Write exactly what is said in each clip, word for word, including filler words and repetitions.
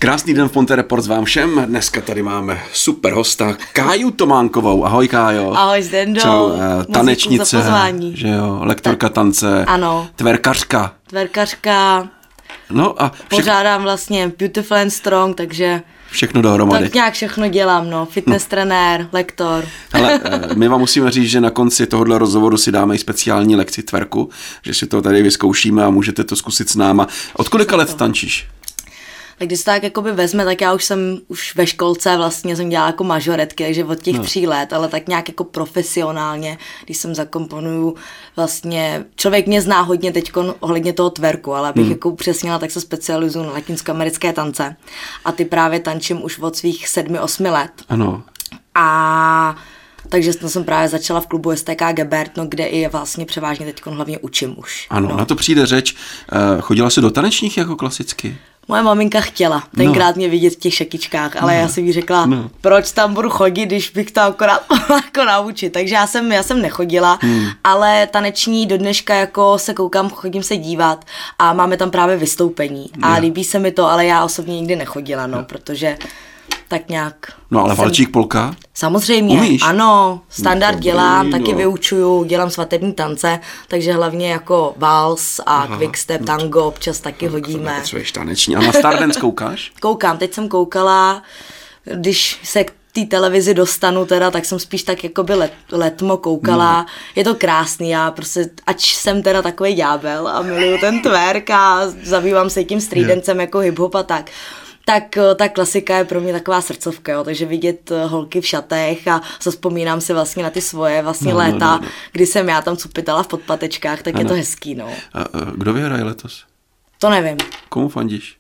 Krásný den v Ponte Report vám všem. Dneska tady máme super hosta Káju Tománkovou. Ahoj Kájo. Ahoj Zdendo. Čau, tanečnice, že jo, lektorka tance. Ano. Tverkařka. Tverkařka. No a všech... Pořádám vlastně Beautiful and Strong, takže všechno dohromady. Tak nějak všechno dělám, no. Fitness trenér, lektor. Ale my vám musíme říct, že na konci tohohle rozhovoru si dáme i speciální lekci tverku, že si to tady vyzkoušíme a můžete to zkusit s náma. Od kolika let tančíš? Tak když se tak jakoby vezme, tak já už jsem už ve školce vlastně jsem dělala jako mažoretky, takže od těch no. tří let, ale tak nějak jako profesionálně, když jsem zakomponuju vlastně, člověk mě zná hodně teďko ohledně toho twerku, ale abych hmm. jako upřesnila, tak se specializuju na latinskoamerické tance a ty právě tančím už od svých sedmi, osmi let. Ano. A takže jsem právě začala v klubu S T K Gebert, no, kde i vlastně převážně teď hlavně učím už. Ano, no. Na to přijde řeč. Chodila jsi do tanečních jako klasicky? Moje maminka chtěla tenkrát no. mě vidět v těch šakičkách, ale no. já jsem jí řekla, no. proč tam budu chodit, když bych to akorát jako naučit. Takže já jsem, já jsem nechodila, hmm. ale taneční do dneška jako se koukám, chodím se dívat a máme tam právě vystoupení. A yeah. líbí se mi to, ale já osobně nikdy nechodila, no, yeah. protože tak nějak... No ale jsem... valčík, polka? Samozřejmě, Umíš? Ano, standard no, dělám, no. taky vyučuju, dělám svatební tance, takže hlavně jako vals a Aha. quickstep, tango občas taky tak, hodíme. To nepotřebuješ taneční. A na Stardance koukáš? Koukám, teď jsem koukala, když se k té televizi dostanu teda, tak jsem spíš tak jakoby let, letmo koukala. No. Je to krásný, já prostě, ač jsem teda takový ďábel a miluju ten twerk a zabývám se tím streetdancem jako hip-hop a tak. Tak ta klasika je pro mě taková srdcovka, jo, takže vidět holky v šatech a zavzpomínám si vlastně na ty svoje vlastně no, léta, no, no, no. kdy jsem já tam cupitala v podpatečkách, tak ano. je to hezký, no. A, a kdo vyhraje letos? To nevím. Komu fandíš?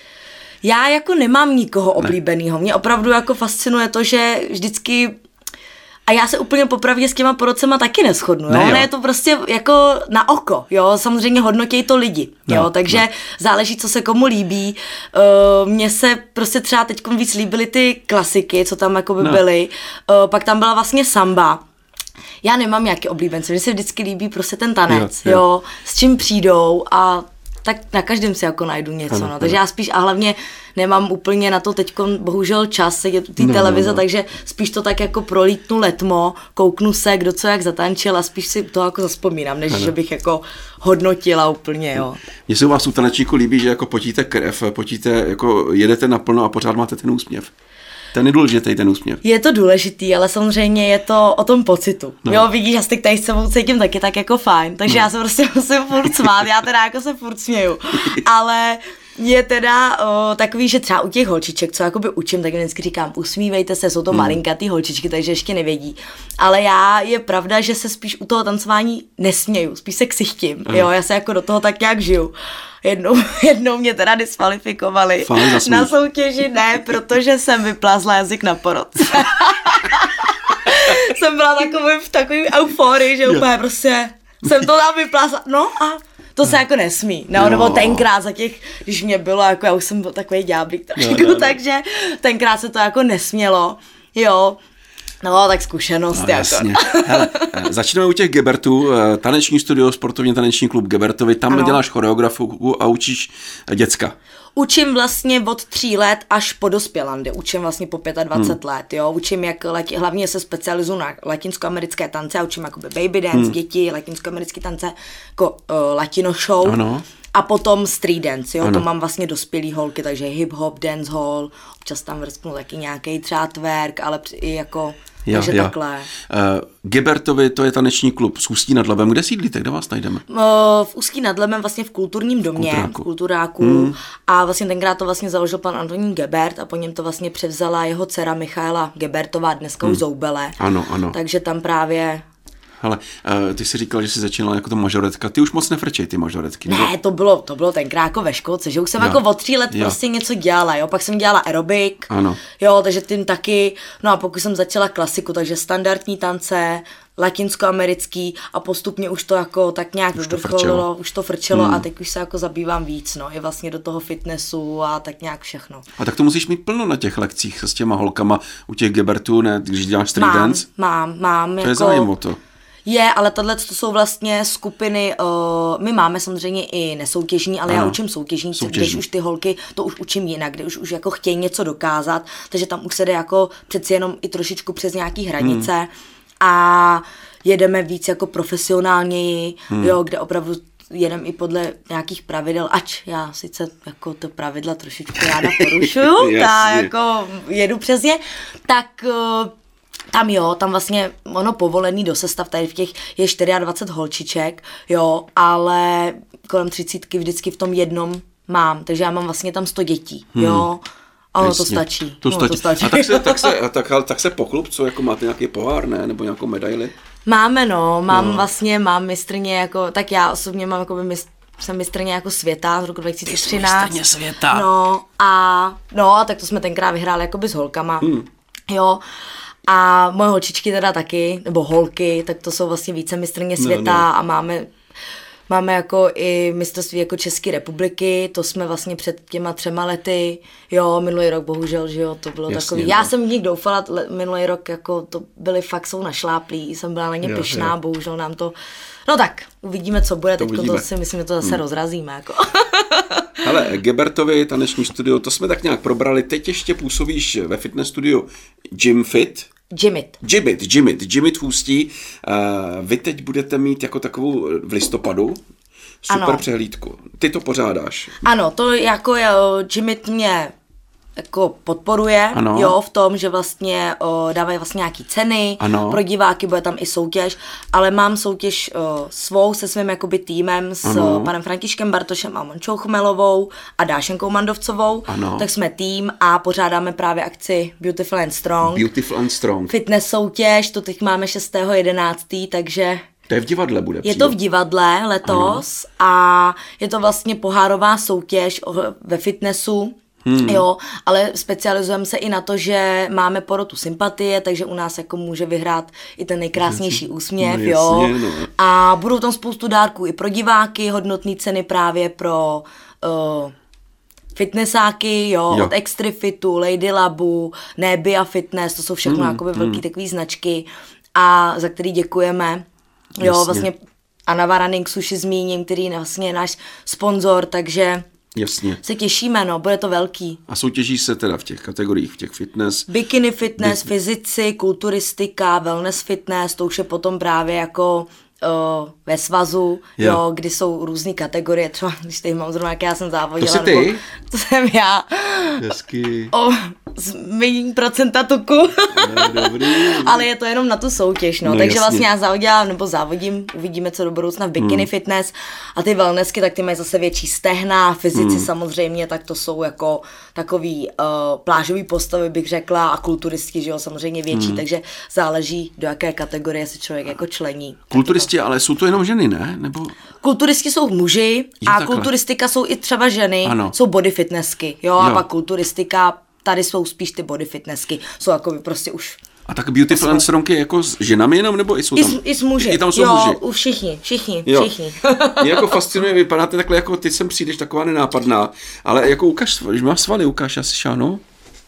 Já jako nemám nikoho oblíbenýho, mě opravdu jako fascinuje to, že vždycky... A já se úplně popravdě s těma porocema taky neshodnu, jo? Ne, jo. Je to prostě jako na oko, jo, samozřejmě hodnotějí to lidi, no, jo, takže no. záleží, co se komu líbí. Uh, mně se prostě třeba teď víc líbily ty klasiky, co tam jako by no. byly, uh, pak tam byla vlastně samba. Já nemám nějaký oblíbence, mně se vždycky líbí prostě ten tanec, jo, jo. jo, s čím přijdou a tak na každém si jako najdu něco, ano, no. Takže já spíš a hlavně nemám úplně na to teďko bohužel čas sedět u té no, televize, no, no. takže spíš to tak jako prolítnu letmo, kouknu se, kdo co jak zatančil a spíš si to jako zaspomínám, než ano. že bych jako hodnotila úplně, jo. Mně se u vás u tanečníku líbí, že jako potíte krev, potíte, jako jedete naplno a pořád máte ten úsměv. Ten je důležitý, ten úsměv. Je to důležitý, ale samozřejmě je to o tom pocitu. No. Jo, vidíš, já si tady s sebou cítím taky tak jako fajn, takže no. já se prostě musím furt smát, já teda jako se furt směju. Ale je teda o, takový, že třeba u těch holčiček, co jakoby učím, tak vždycky říkám, usmívejte se, jsou to hmm. malinkatý holčičky, takže ještě nevědí. Ale já, je pravda, že se spíš u toho tancování nesměju, spíš se ksichtím, hmm. jo, já se jako do toho tak nějak žiju. Jednou, jednou mě teda diskvalifikovali na soutěži, ne, protože jsem vyplázla jazyk na porod. Jsem byla takový, v takový euforii, že úplně prostě jsem to tam vyplázla, no a to se jako nesmí, no, nebo tenkrát za těch, když mě bylo, jako já už jsem byl takový ďáblík trošku, no, no, no. takže tenkrát se to jako nesmělo, jo. No, tak zkušenost. No, jasně. Hele, začneme u těch Gebertů. Taneční studio, sportovní taneční klub Gebertovi. Tam ano. děláš choreografu a učíš děcka. Učím vlastně od tří let až po dospělandy. Učím vlastně po dvacet pět hmm. let. Jo. Učím, jak lati, hlavně se specializuju na latinskoamerické tance a učím jakoby baby dance, hmm. děti, latinskoamerické tance, jako uh, latino show. Ano. A potom street dance, jo, ano. to mám vlastně dospělý holky, takže hip-hop, dancehall, občas tam vrsknu taky nějaký třeba twerk, ale i jako, ja, takže ja. takhle. Uh, Gebertovi, to je taneční klub s Ústí nad Labem. Kde sídlíte, kde vás najdeme? Uh, v Ústí nad Labem vlastně v kulturním domě, Kulturáku. v kulturáku hmm. a vlastně tenkrát to vlastně založil pan Antonín Gebert a po něm to vlastně převzala jeho dcera Michaela Gebertová, dneska hmm. už zoubele. Ano, ano. Takže tam právě... Hele, uh, ty jsi říkal, že jsi začínala jako to mažoretka. Ty už moc nefrčej, ty mažoretky. Ne, to bylo, to bylo tenkrát jako ve školce, že už jsem ja. jako od tří let ja. prostě něco dělala, jo, pak jsem dělala aerobik, ano. jo, takže tím taky, no a pokud jsem začala klasiku, takže standardní tance, latinskoamerický a postupně už to jako tak nějak už to vrcholilo, frčelo, už to frčelo hmm. a teď už se jako zabývám víc, no, i vlastně do toho fitnessu a tak nějak všechno. A tak to musíš mít plno na těch lekcích s těma holkama u těch Gebertů, ne, když děláš street mám, dance? Mám, mám, to jako... je zájem o to. Je, ale tohle to jsou vlastně skupiny, uh, my máme samozřejmě i nesoutěžní, ale ano. Já učím soutěžní, soutěžní, když už ty holky, to už učím jinak, kde už, už jako chtějí něco dokázat, takže tam už se jde jako přeci jenom i trošičku přes nějaký hranice hmm. a jedeme víc jako profesionálněji, hmm. jo, kde opravdu jedem i podle nějakých pravidel, ač já sice jako to pravidla trošičku ráda porušuju, tak jako jedu přes ně, tak uh, tam jo, tam vlastně ono povolený do sestav, tady v těch je dvacet čtyři holčiček, jo, ale kolem třicítky vždycky v tom jednom mám, takže já mám vlastně tam sto dětí, hmm. jo. A ono to stačí. To no, stačí. To stačí. A tak se, tak se, tak, tak se pochlup, co jako máte nějaký pohár, ne? Nebo nějakou medaili? Máme, no. Mám no. vlastně, mám mistrně jako, tak já osobně mám jako mistr, jsem mistrně jako světa z roku dva tisíce třináct. Ty jsi mistrně světa. No a, no a tak to jsme tenkrát vyhráli jakoby s holkama. Hmm. Jo. A moje holčičky teda taky, nebo holky, tak to jsou vlastně více mistrně světa no, no. a máme Máme jako i mistrovství jako České republiky, to jsme vlastně před těma třema lety, jo, minulý rok bohužel, že jo, to bylo Jasně, takový, no. Já jsem v nich doufala, minulý rok jako to byly fakt jsou našláplí, jsem byla na ně pyšná, bohužel nám to, no tak, uvidíme, co bude, teďko to si myslím, že to zase hmm. rozrazíme, jako. Hele, Gebertovi taneční studio, to jsme tak nějak probrali, teď ještě působíš ve fitness studiu Gym Fit. Gymit. Gymit, Gymit, Gymit v Ústí. Uh, vy teď budete mít jako takovou v listopadu super ano. přehlídku. Ty to pořádáš. Ano, to jako Gymit mě jako podporuje, ano. jo, v tom, že vlastně o, dávají vlastně nějaký ceny, ano. pro diváky bude tam i soutěž, ale mám soutěž o, svou se svým jakoby týmem s ano. panem Františkem Bartošem a Mončou Chmelovou a Dášenkou Mandovcovou, ano. tak jsme tým a pořádáme právě akci Beautiful and Strong. Beautiful and Strong. Fitness soutěž, to teď máme šestého jedenáctého takže... To je v divadle bude. Je to v divadle letos ano. a je to vlastně pohárová soutěž ve fitnessu. Hmm. Jo, ale specializujeme se i na to, že máme porotu sympatie, takže u nás jako může vyhrát i ten nejkrásnější úsměv, no, jo. Jasně, no. A budou tam spoustu dárků i pro diváky, hodnotné ceny právě pro uh, fitnessáky, jo, jo, od Extrifitu, Lady Labu, Nebia Fitness, to jsou všechno hmm. jakoby velký hmm. takový značky a za který děkujeme. Jo, jasně. Vlastně Anava Running Sushi zmíním, který vlastně je náš sponzor, takže Jasně. se těšíme, no, bude to velký. A soutěží se teda v těch kategoriích, v těch fitness. Bikini fitness, Bi- fyzici, kulturistika, wellness fitness, to už je potom právě jako uh, ve svazu, jo. jo, kdy jsou různé kategorie, třeba když tady mám zrovna, jak já jsem závodila. To jsi ty? To jsem já. Hezky. O změní procenta tuku. No, dobrý. Ale je to jenom na tu soutěž, no. no takže jasně. vlastně já závodila, nebo závodím, uvidíme, co do budoucna v bikini hmm. fitness a ty wellnessky, tak ty mají zase větší stehna, fyzici hmm. samozřejmě, tak to jsou jako takový uh, plážový postavy, bych řekla, a kulturisti, že jo, samozřejmě větší, hmm. takže záleží, do jaké kategorie se člověk jako člení. Kulturisti, ale jsou to jenom ženy, ne? Nebo... Kulturisti jsou muži a takhle. Kulturistika jsou i třeba ženy, ano. jsou body fitnessky, jo, jo, a pak kulturistika, tady jsou spíš ty body fitnessky, jsou jako by prostě už... A tak Beautiful and Strong je jako s ženami jenom, nebo i jsou tam? I s, i s muži. I tam jsou jo, muži. Jo, všichni, všichni, jo. všichni. Mě jako fascinuje, vypadáte takhle, jako ty sem přijdeš taková nenápadná, ale jako ukaž, když máš svaly, ukáž asi šáno.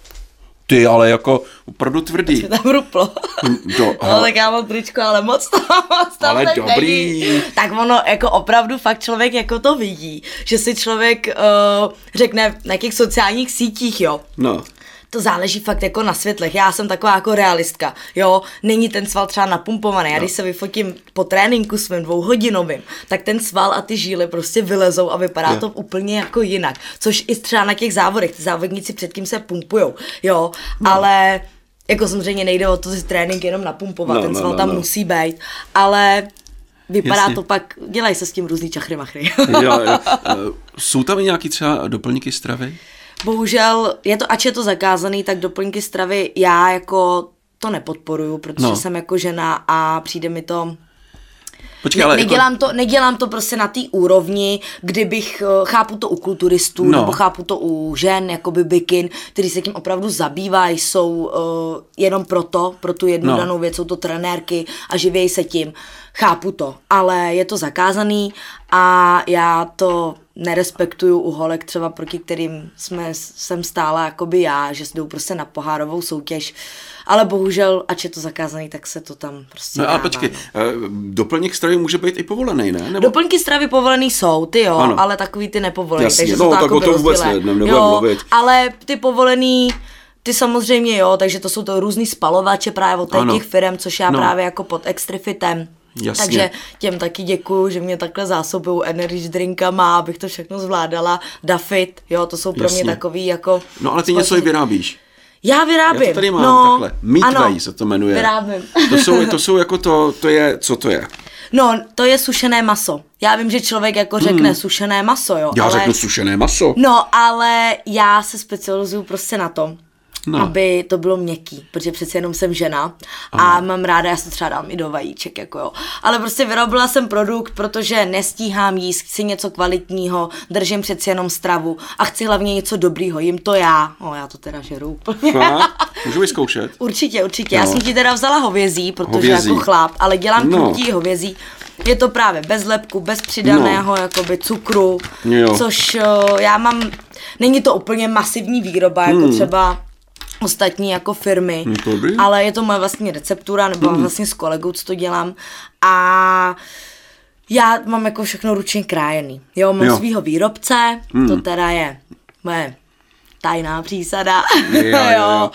Ty, ale jako opravdu tvrdý. To tam ruplo. Do, no, tak já mám tričko, ale moc tam, moc tam ale dobrý. Není. Tak ono jako opravdu fakt člověk jako to vidí, že si člověk uh, řekne na jakých sociálních sítích, jo. No. To záleží fakt jako na světlech. Já jsem taková jako realistka, jo. Není ten sval třeba napumpovaný. Já no. když se vyfotím po tréninku svým dvouhodinovým, tak ten sval a ty žíly prostě vylezou a vypadá no. to úplně jako jinak. Což i třeba na těch závodech, ty závodníci předtím se pumpujou, jo. No. Ale jako samozřejmě nejde o to, že trénink jenom napumpovat, no, ten sval no, no, tam no. musí být, ale vypadá Jasně. to pak, dělají se s tím různý čachry machry. jo, jo. Jsou tam i nějaký třeba doplňky stravy? Bohužel, je to, ač je to zakázaný, tak doplňky stravy já jako to nepodporuju, protože no. jsem jako žena a přijde mi to... Počkej, ale ne, nedělám, jako... to, nedělám to prostě na té úrovni, kdybych, chápu to u kulturistů, no. nebo chápu to u žen, jakoby bikin, kteří se tím opravdu zabývají, jsou uh, jenom proto, pro tu jednu no. danou věc, jsou to trenérky a živějí se tím. Chápu to, ale je to zakázaný a já to nerespektuju u holek třeba, proti kterým jsme, jsem stála jakoby já, že jdou prostě na pohárovou soutěž, ale bohužel, ač je to zakázaný, tak se to tam prostě No dává, a počkej, no. doplněk stravy může být i povolený, ne? Nebo... Doplňky stravy povolený jsou, ty jo, ano. ale takový ty nepovolený, Jasně, takže no, jsou to tak jako o tom vůbec ne, nebudeme mluvit. Ale ty povolený, ty samozřejmě jo, takže to jsou to různý spalovače právě od těch firem, což já no. právě jako pod Extrifitem. Jasně. Takže těm taky děkuju, že mě takhle zásobují energy drinkama, abych to všechno zvládala. Dafit, jo, to jsou pro Jasně. mě takový jako... No ale ty něco i vyrábíš. Já vyrábím. Já to tady mám no, takhle. Meatway se to jmenuje. Vyrábím. To jsou, to jsou jako to, to je, co to je? No, to je sušené maso. Já vím, že člověk jako řekne hmm. sušené maso, jo. Já ale... řeknu sušené maso. No, ale já se specializuju prostě na tom, no. aby to bylo měkký, protože přece jenom jsem žena a ano. mám ráda, já se třeba dám i do vajíček, jako jo. Ale prostě vyrobila jsem produkt, protože nestíhám jíst, chci něco kvalitního, držím přeci jenom stravu a chci hlavně něco dobrýho, jim to já. O, já to teda žeru úplně. Můžu vyzkoušet? Určitě, určitě. No. Já jsem ti teda vzala hovězí, protože hovězí. jako chlap, ale dělám no. krutí hovězí. Je to právě bez lepku, bez přidaného no. jakoby cukru, jo. což uh, já mám, není to úplně masivní výroba, jako hmm. třeba ostatní jako firmy, Dobrý. ale je to moje vlastní receptura, nebo hmm. vlastně s kolegou, co to dělám a já mám jako všechno ručně krájený. Jo, mám jo. svýho výrobce, hmm. to teda je moje tajná přísada, jo, jo, jo.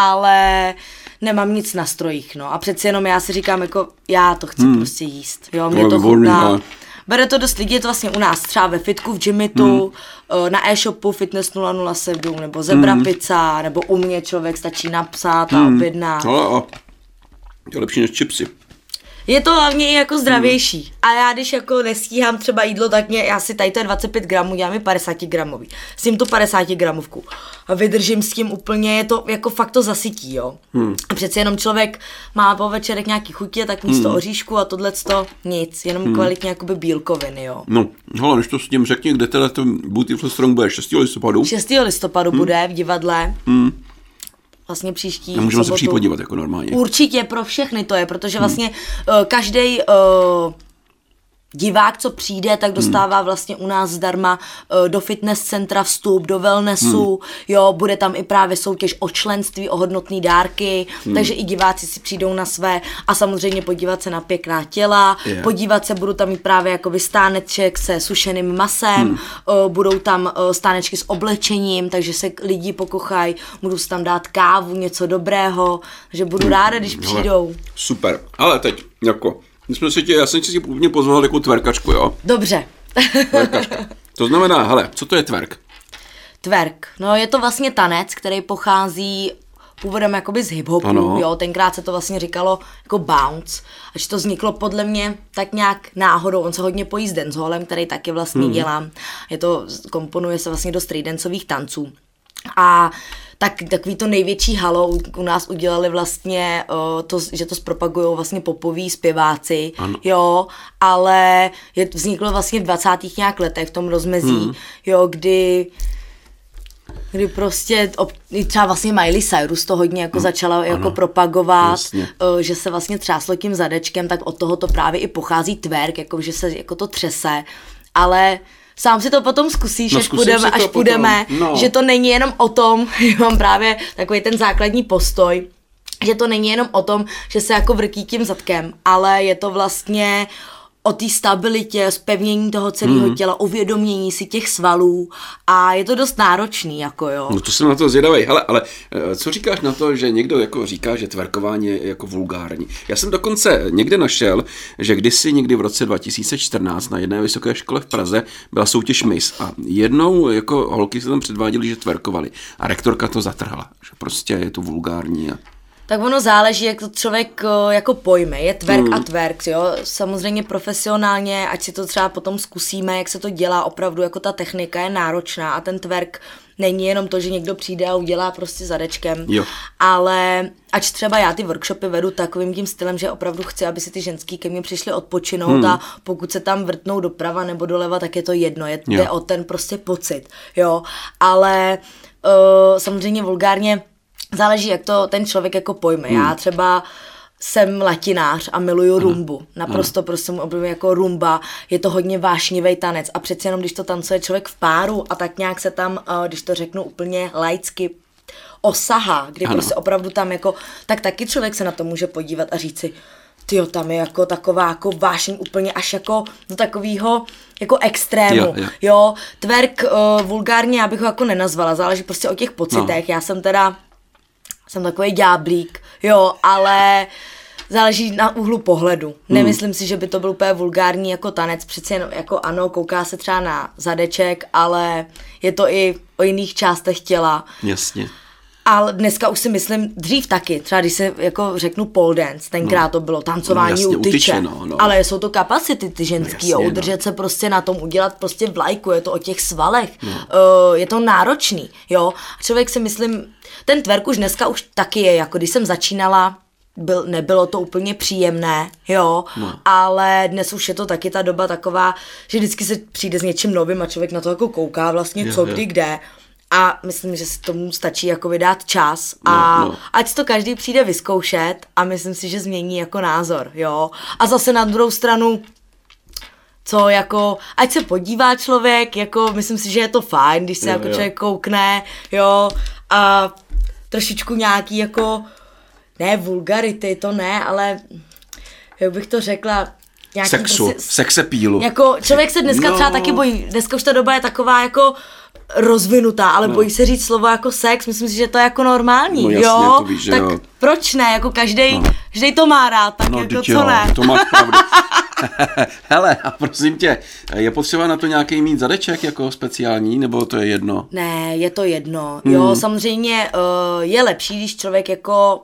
ale nemám nic na strojích, no a přeci jenom já si říkám, jako já to chci hmm. prostě jíst, jo, mě to, to chutná. Bere to dost lidí, je to vlastně u nás třeba ve fitku, v gymitu, hmm. na e-shopu Fitness nula nula sedm, nebo Zebra hmm. pizza, nebo u mě člověk stačí napsat a hmm. objednat. Ale a to je lepší než chipsy. Je to hlavně i jako zdravější. Hmm. A já když jako nestíhám třeba jídlo, tak mě, já si tady to je dvacet pět gramů, dělám mi padesát gramový. S tím tu padesát gramovku. A vydržím s tím úplně, je to jako fakt to zasytí, jo. Hmm. A přece jenom člověk má po večerek nějaký chutě, tak místo hmm. oříšku a tohleto nic, jenom hmm. kvalitně jakoby bílkoviny, jo. No, hele, než to s tím řekni, kde teda to Beautiful Strong bude, šestého listopadu? šestého listopadu hmm. bude v divadle. Hmm. Vlastně příští a můžeme se přijít podívat jako normálně. Určitě pro všechny to je, protože vlastně hmm. uh, každý uh, divák, co přijde, tak dostává hmm. vlastně u nás zdarma uh, do fitness centra vstup, do wellnessu, hmm. jo, bude tam i právě soutěž o členství, o hodnotné dárky, hmm. takže i diváci si přijdou na své a samozřejmě podívat se na pěkná těla, yeah. podívat se, budou tam mít právě jakoby stáneček se sušeným masem, hmm. uh, budou tam uh, stánečky s oblečením, takže se lidi pokochají, budou si tam dát kávu, něco dobrého, že budu hmm. ráda, když přijdou. Ale, super, ale teď jako my jsme si tě, já jsem si původně pozval jako twerkačku, jo? Dobře. Twerkačka. To znamená, hele, co to je twerk? Twerk, no je to vlastně tanec, který pochází původem jakoby z hip-hopu, jo, tenkrát se to vlastně říkalo jako bounce, až to vzniklo podle mě tak nějak náhodou, on se hodně pojí s dancehallem, který taky vlastně hmm. dělám, je to, komponuje se vlastně do streetdancových tanců a tak takový to největší halo u, u nás udělali vlastně uh, to, že to zpropagujou vlastně popoví zpěváci, ano. jo, ale je, vzniklo vlastně v dvacátých nějak letech v tom rozmezí, hmm. jo, kdy kdy prostě třeba vlastně Miley Cyrus to hodně jako hmm. začala ano. jako propagovat, Jasně. že se vlastně třáslo tím zadečkem, tak od toho to právě i pochází twerk, jako že se jako to třese, ale sám si to potom zkusíš, no, až půjdeme, až půjdeme no. že to není jenom o tom, že mám právě takový ten základní postoj, že to není jenom o tom, že se jako vrkí tím zadkem, ale je to vlastně o té stabilitě, zpevnění toho celého mm. těla, uvědomění si těch svalů a je to dost náročný, jako jo. No to jsem na to zvědavej. Hele, ale co říkáš na to, že někdo jako říká, že twerkování je jako vulgární? Já jsem dokonce někde našel, že kdysi někdy v roce dva tisíce čtrnáct na jedné vysoké škole v Praze byla soutěž Miss a jednou jako holky se tam předváděly, že twerkovali a rektorka to zatrhla, že prostě je to vulgární a tak ono záleží, jak to člověk jako pojme. Je twerk mm. a twerk, jo. Samozřejmě profesionálně, ať si to třeba potom zkusíme, jak se to dělá, opravdu jako ta technika je náročná a ten twerk není jenom to, že někdo přijde a udělá prostě zadečkem, jo. ale ač třeba já ty workshopy vedu takovým tím stylem, že opravdu chci, aby si ty ženský ke mně přišly odpočinout mm. a pokud se tam vrtnou doprava nebo doleva, tak je to jedno, je, je o ten prostě pocit, jo. Ale uh, samozřejmě vulgárně záleží, jak to ten člověk jako pojme. Hmm. Já třeba jsem latinář a miluju rumbu. Naprosto prostě mu oblíbím jako rumba. Je to hodně vášnivý tanec a přeci jenom, když to tancuje člověk v páru a tak nějak se tam, když to řeknu úplně laicky, osaha, kdy ano. prostě opravdu tam jako, tak taky člověk se na to může podívat a říct si, tyjo, tam je jako taková jako vášeň úplně až jako do takového jako extrému, jo, jo. jo twerk uh, vulgárně já bych ho jako nenazvala, záleží prostě o těch pocitech, no. já jsem teda, jsem takový ďáblík, jo, ale záleží na úhlu pohledu. Hmm. Nemyslím si, že by to byl úplně vulgární jako tanec, přeci jen jako ano, kouká se třeba na zadeček, ale je to i o jiných částech těla. Jasně. Ale dneska už si myslím, dřív taky, třeba když se jako řeknu pole dance, tenkrát no. to bylo tancování no, jasně, u tyče, no, no. ale jsou to kapacity ty ženský, no, jasně, jo, udržet no. se prostě na tom, udělat prostě vlajku, je to o těch svalech, no. uh, je to náročný, jo, a člověk si myslím, ten twerk už dneska už taky je, jako když jsem začínala, byl, nebylo to úplně příjemné, jo, no. ale dnes už je to taky ta doba taková, že vždycky se přijde s něčím novým a člověk na to jako kouká vlastně, je, co, je. kdy, kde. A myslím, že se tomu stačí jako vydat čas a no, no. ať to každý přijde vyzkoušet a myslím si, že změní jako názor, jo. A zase na druhou stranu, co jako, ať se podívá člověk, jako myslím si, že je to fajn, když se jo, jako jo. člověk koukne, jo, a trošičku nějaký jako, ne vulgarity, to ne, ale jak bych to řekla, nějaký sexu, prostě, sexepílu. Jako člověk se dneska no. třeba taky bojí, dneska už ta doba je taková jako rozvinutá, ale no. bojí se říct slovo jako sex, myslím si, že to je jako normální, no, jasně, jo? To víš, tak jo. proč ne, jako každej, no. každej to má rád, tak no, jako co jo, ne. To máš pravdu. Hele, a prosím tě, je potřeba na to nějaký mít zadeček jako speciální, nebo to je jedno? Ne, je to jedno, hmm. jo, samozřejmě uh, je lepší, když člověk jako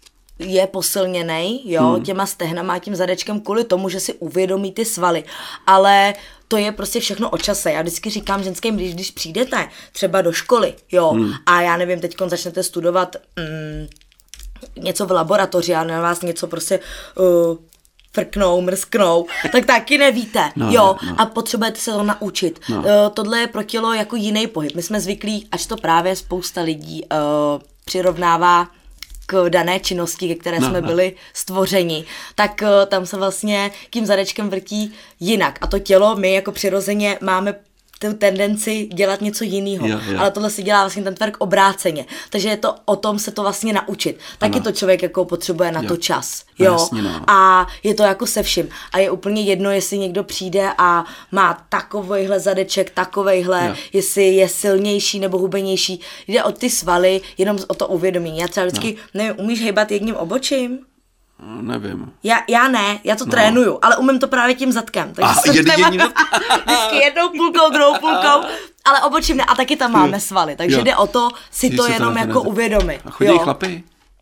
je posilněnej, jo, hmm. těma stehnama a tím zadečkem kvůli tomu, že si uvědomí ty svaly, ale to je prostě všechno o čase. Já vždycky říkám ženským, když, když přijdete třeba do školy, jo, hmm. a já nevím, teď začnete studovat mm, něco v laboratoři a na vás něco prostě uh, frknou, mrsknou, tak taky nevíte, no, jo, no. a potřebujete se to naučit. No. Uh, tohle je pro tělo jako jiný pohyb. My jsme zvyklí, až to právě spousta lidí uh, přirovnává k dané činnosti, ke které no, jsme no. byli stvořeni, tak uh, tam se vlastně tím zadečkem vrtí jinak. A to tělo, my jako přirozeně máme tu tendenci dělat něco jiného. Ale tohle si dělá vlastně ten twerk obráceně. Takže je to o tom se to vlastně naučit. Taky ano. to člověk jako potřebuje na jo. to čas. Jo? No, jasně, no. A je to jako se vším. A je úplně jedno, jestli někdo přijde a má takovejhle zadeček, takovejhle, jo. jestli je silnější nebo hubenější. Jde o ty svaly, jenom o to uvědomění. Já třeba vždycky, no. nevím, umíš hejbat jedním obočím? No, nevím. Já, já ne, já to no. trénuju, ale umím to právě tím zadkem. Takže a jedný vždycky jednou půlkou, druhou půlkou, ale obočím ne. A taky tam máme svaly, takže jo. jde o to si Ty to jenom to jako uvědomit. A chodí jo. chlapy?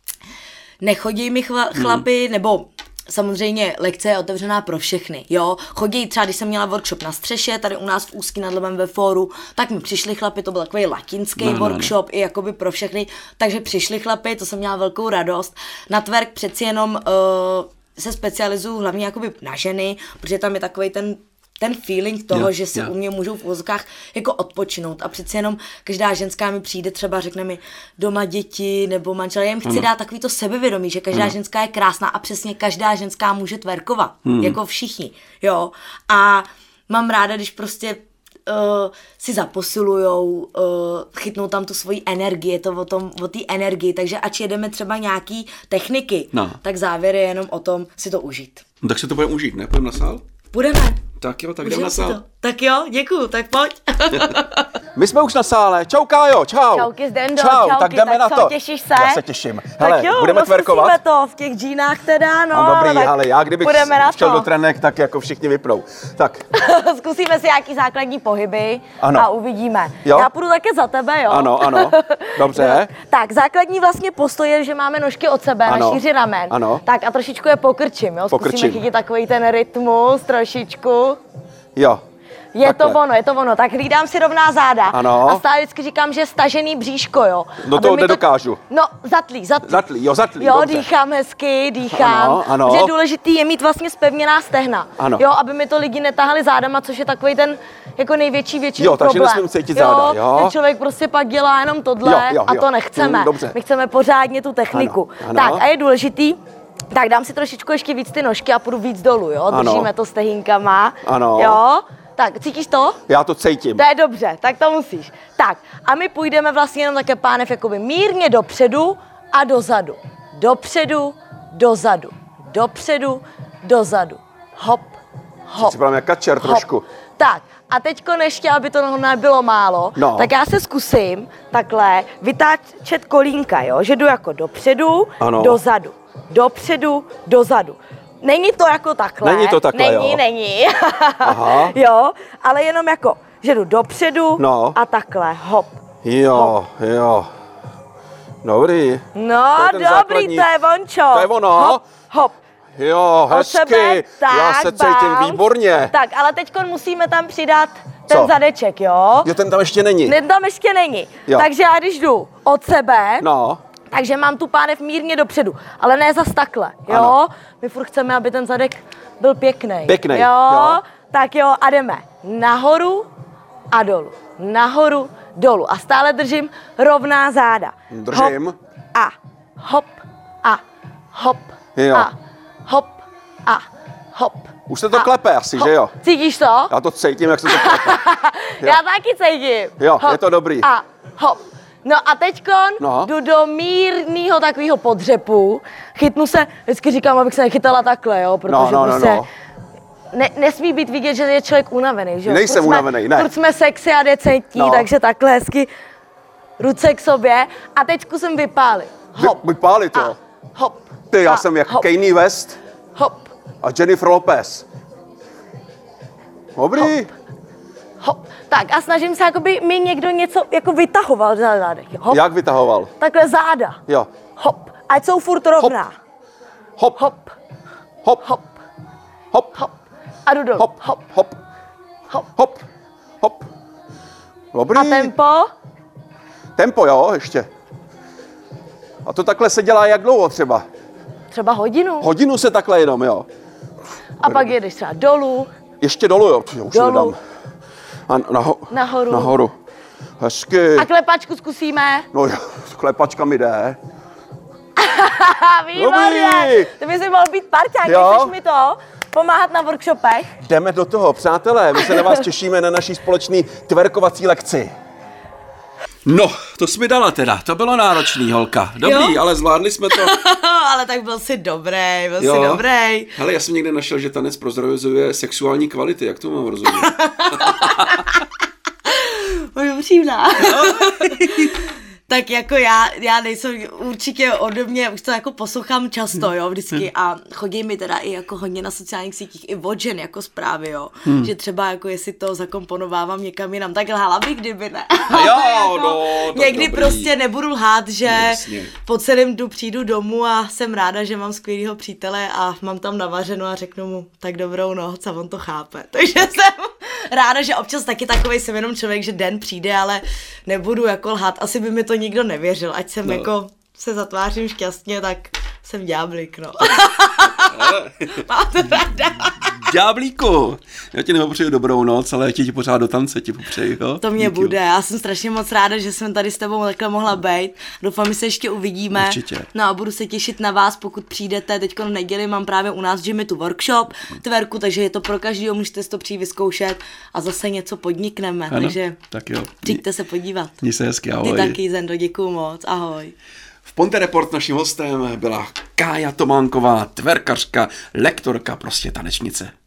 Nechodí mi chla, chlapy, mm. nebo samozřejmě lekce je otevřená pro všechny, jo. Chodí třeba, když jsem měla workshop na střeše, tady u nás v Ústí nad Labem ve fóru, tak mi přišli chlapi, to byl takový latinský no, workshop, no, no. i jakoby pro všechny, takže přišli chlapi, to jsem měla velkou radost. Na twerk přeci jenom uh, se specializuju hlavně jakoby na ženy, protože tam je takový ten ten feeling toho, yeah, že si yeah. u mě můžou v uvozovkách jako odpočinout a přeci jenom každá ženská mi přijde, třeba řekne mi doma děti nebo manžel, já jim chci ano. dát takový to sebevědomí, že každá ano. ženská je krásná a přesně každá ženská může twerkovat, hmm. jako všichni, jo, a mám ráda, když prostě Uh, si zaposilujou, uh, chytnou tam tu svoji energii, je to o tom, o té energii, takže ač jedeme třeba nějaký techniky, no. tak závěr je jenom o tom si to užít. No, tak si to budeme užít, ne? Půjdeme na sál? Budeme. Tak jo, tak jdeme na sál. To. Tak jo, děkuju, tak pojď. My jsme už na sále. Čau, Kájo, čau. Čauky, Zdendo, čau, čauky, tak jdeme tak na co, to. Těšíš se? Já se těším. Hele, tak jo, budeme twerkovat? Tak to v těch džínách teda, no. No dobrý, ale já kdybych šel to. do trenek, tak jako všichni vypnou. Tak. Zkusíme si nějaký základní pohyby ano. a uvidíme. Jo? Já půjdu také za tebe, jo? Ano, ano, dobře. Tak, základní vlastně postoj je, že máme nožky od sebe ano. na šíři ramen. Ano. Tak a trošičku je pokrčím, jo? Zkusíme pokrčím. chytit takový ten rytmus trošičku. Jo. Je takhle. to ono, je to ono, tak hlídám si rovná záda. Ano. A stále vždycky říkám, že stažený bříško, jo. Do toho nedokážu. No, zatlí, zatlí. Zatlí, jo, zatlí, Jo, dobře. dýchám hezky, dýchám. Ano, ano. Že důležitý je mít vlastně zpevněná stehna. Ano. Jo, aby mi to lidi netahali zádama, což je takový ten jako největší většinou jo, problém. Jo, takže nesmím cítit záda, jo. Ten člověk prostě pak dělá jenom tohle jo, jo, jo. a to nechceme. Mm, dobře. My chceme pořádně tu techniku. Ano, ano. Tak a je důležitý, Tak dám si trošičku ještě víc ty nožky a půjdu víc dolů, jo? Držíme ano. to stehinkama. Ano. Jo? Tak, cítíš to? Já to cítím. To je dobře, tak to musíš. Tak, a my půjdeme vlastně jenom také pánev jakoby mírně dopředu a dozadu. Dopředu, dozadu. Dopředu, dozadu. Hop, hop. Připadám jak kačer trošku. Tak, a teďko ještě, aby to nebylo málo, no. tak já se zkusím takhle vytáčet kolínka, jo? Že jdu jako dopředu, ano. dozadu. Dopředu, dozadu. Není to jako takhle. Není to takhle, Není, jo. není. Aha. Jo, ale jenom jako, že jdu dopředu no. a takhle, hop. Jo, hop. jo. Dobrý. No, to dobrý, základní... to je vončo. To je ono. Hop, hop. Jo, hezky. Sebe, tak, já se cítím bounce. Výborně. Tak, ale teďko musíme tam přidat ten Co? zadeček, jo? Jo, ten tam ještě není. Ten tam ještě není. Jo. Takže já když jdu od sebe, no. takže mám tu pánev mírně dopředu, ale ne zas takhle, jo? Ano. My furt chceme, aby ten zadek byl pěkný. Pěkný, jo? jo. Tak jo, a jdeme nahoru a dolů, nahoru, dolů. A stále držím rovná záda. Držím. Hop a hop a hop jo. a hop a hop. Už se to a klepe asi, hop. Že jo? Cítíš to? Já to cítím, jak se to klepe. Já taky cítím. Jo, hop je to dobrý. A hop. No a teďkon no. jdu do mírného takového podřepu. Chytnu se, vždycky říkám, abych se nechytala takhle, jo, protože no, no, prostě no, no. Ne, nesmí být vidět, že je člověk unavený, že jo? Nejsem furt unavený, jsme, ne. Furt jsme sexy a decentní, no. takže takhle hezky ruce k sobě a teď zkusím vypálit. Hop. Vy, vypálit to? A hop. Ty, já a jsem jak hop. Kanye West. Hop. A Jennifer Lopez. Dobrý. Hop. Hop. Tak a snažím se, jakoby mi někdo něco jako vytahoval za zádech. Hop. Jak vytahoval? Takhle záda. Jo. Hop. Ať jsou furt rovná. Hop. Hop. Hop. Hop. Hop. Hop. A jdu dolů. Hop. Hop. Hop. Hop. Hop. Hop. Dobrý. A tempo? Tempo, jo, ještě. A to takhle se dělá jak dlouho třeba? Třeba hodinu. Hodinu se takhle jenom, jo. A pak jedeš třeba dolů. Ještě dolů, jo. Já už dolů. nedám. A naho- nahoru. Nahoru. Hezky. A klepačku zkusíme? No, klepačka mi jde. Výborně. Ty bys mohl být parťák, nechceš mi to pomáhat na workshopech? Jdeme do toho, přátelé. My se na vás těšíme na naší společný tverkovací lekci. No, to jsi mi dala teda, to bylo náročný, holka. Dobrý, jo? Ale zvládli jsme to. Ale tak byl jsi dobrý, byl jo. jsi dobrý. Hele, já jsem někde našel, že tanec prozrazuje sexuální kvality, jak to mám rozumět? Můj upřímná. Tak jako já, já nejsem určitě ode mě, už to jako poslouchám často, jo, vždycky a chodí mi teda i jako hodně na sociálních sítích i od žen jako zprávy, jo, hmm. že třeba jako jestli to zakomponovávám někam jinam, tak lhala bych, kdyby ne. A jo, jako, no, někdy dobrý. Prostě nebudu lhát, že Jasně. po celém dnu přijdu domů a jsem ráda, že mám skvělýho přítele a mám tam navařeno a řeknu mu tak dobrou noc a on to chápe. Takže jsem ráda, že občas taky takovej jsem jenom člověk, že den přijde, ale nebudu jako lhát, asi by mi to nikdo nevěřil, ať jsem no. jako se zatvářím šťastně, tak jsem ďáblík, no. Mám to ráda. Ďáblíku, já ti nepopřeju dobrou noc, ale já ti pořád do tance ti popřeju, jo? To mě Díky. Bude, já jsem strašně moc ráda, že jsem tady s tebou takhle mohla být. Doufám, že se ještě uvidíme. Určitě. No a budu se těšit na vás, pokud přijdete. Teďko v neděli mám právě u nás v gymu tu workshop, tverku, takže je to pro každýho, můžete si to přijít vyzkoušet a zase něco podnikneme, ano, takže tak jo. Přijďte se podívat. Měj se hezky, ahoj. Ty taky, Zendo, děkuju moc, ahoj. V Ponte Report naším hostem byla Kája Tománková, tverkařka, lektorka, prostě tanečnice.